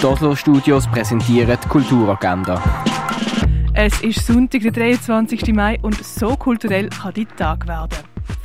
Die Oslo-Studios präsentieren die Kulturagenda. Es ist Sonntag, der 23. Mai und so kulturell kann die Tag werden.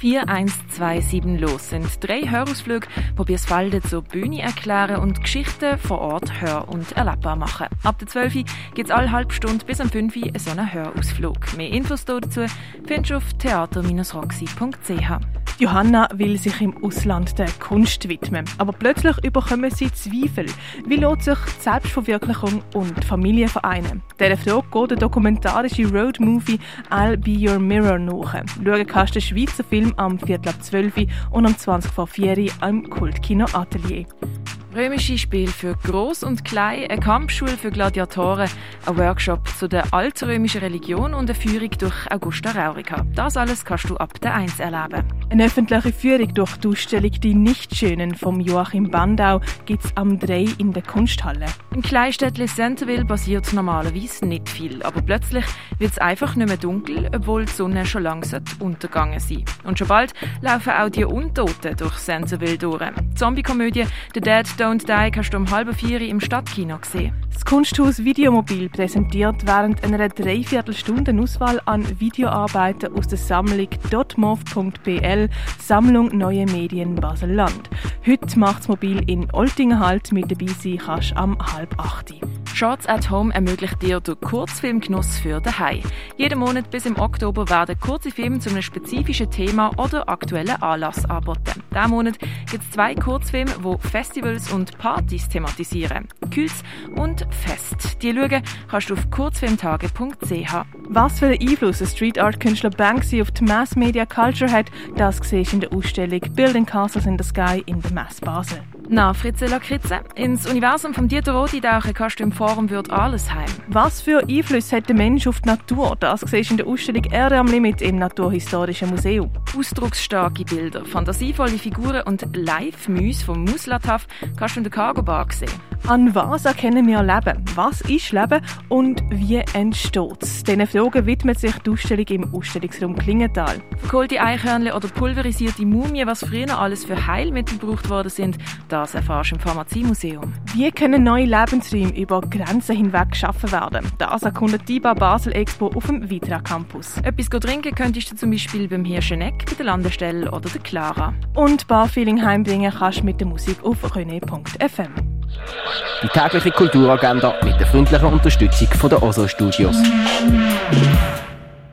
4127 los sind 3 Hörausflüge, die Birsfalden zur Bühne erklären und Geschichten vor Ort hör- und erlebbar machen. Ab der 12 Uhr gibt es alle halbe Stunde bis am 5 Uhr so einen Hörausflug. Mehr Infos dazu findest du auf theater-roxy.ch. Johanna will sich im Ausland der Kunst widmen, aber plötzlich überkommen sie Zweifel. Wie lässt sich die Selbstverwirklichung und Familie vereinen? Dieser Frage geht der dokumentarische Roadmovie «I'll Be Your Mirror» nach. Schauen kannst du den Schweizer Film am 11:15 Uhr und am 20:04 Uhr im Kultkino Atelier. Römische Spiele für Gross und Klein, eine Kampfschule für Gladiatoren, ein Workshop zu der altrömischen Religion und eine Führung durch Augusta Raurica. Das alles kannst du ab der 1 erleben. Eine öffentliche Führung durch die Ausstellung «Die Nichtschönen» von Joachim Bandau gibt es am 3 in der Kunsthalle. Im Kleinstädtchen Centerville passiert normalerweise nicht viel, aber plötzlich wird es einfach nicht mehr dunkel, obwohl die Sonne schon langsam untergegangen sein. Und schon bald laufen auch die Untoten durch Centerville durch. Die Zombie-Komödie «The Dead Don't Die» kannst du um 3:30 im Stadtkino sehen. Das Kunsthaus Videomobil präsentiert während einer Dreiviertelstunde eine Auswahl an Videoarbeiten aus der Sammlung .mov.bl, Sammlung Neue Medien Basel-Land. Heute macht das Mobil in Oltingen Halt, mit dabei sein kannst am 7:30. Shots at Home ermöglicht dir den Kurzfilmgenuss für daheim. Jeden Monat bis im Oktober werden kurze Filme zu einem spezifischen Thema oder aktuellen Anlass angeboten. Diesen Monat gibt es 2 Kurzfilme, die Festivals und Partys thematisieren. Kühls und Fest. Die schauen kannst du auf kurzfilmtage.ch. Was für einen Einfluss der Street-Art-Künstler Banksy auf die Mass-Media-Culture hat, das siehst du in der Ausstellung «Building Castles in the Sky» in der Messe Basel. Na, Fritze Lakritze. Ins Universum von Dieter Rodi tauchen kannst du im Forum Würd Allesheim. Was für Einfluss hat der Mensch auf die Natur? Das siehst du in der Ausstellung «Erde am Limit» im Naturhistorischen Museum. Ausdrucksstarke Bilder, fantasievolle Figuren und Live-Müs vom Muslataf kannst du in der Cargo Bar sehen. An was erkennen wir Leben? Was ist Leben und wie entsteht es? Diesen Fragen widmet sich die Ausstellung im Ausstellungsraum Klingenthal. Verkohlte Eichhörnchen oder pulverisierte Mumien, was früher alles für Heilmittel gebraucht worden sind, das erfährst du im Pharmaziemuseum. Wie können neue Lebensräume über Grenzen hinweg geschaffen werden? Das erkundet die Basel Expo auf dem Vitra Campus. Etwas trinken könntest du zum Beispiel beim Hirscheneck, bei der Landestelle oder der Clara. Und Barfeeling heimbringen kannst du mit der Musik auf rené.fm. Die tägliche Kulturagenda mit der freundlichen Unterstützung von der Oslo-Studios.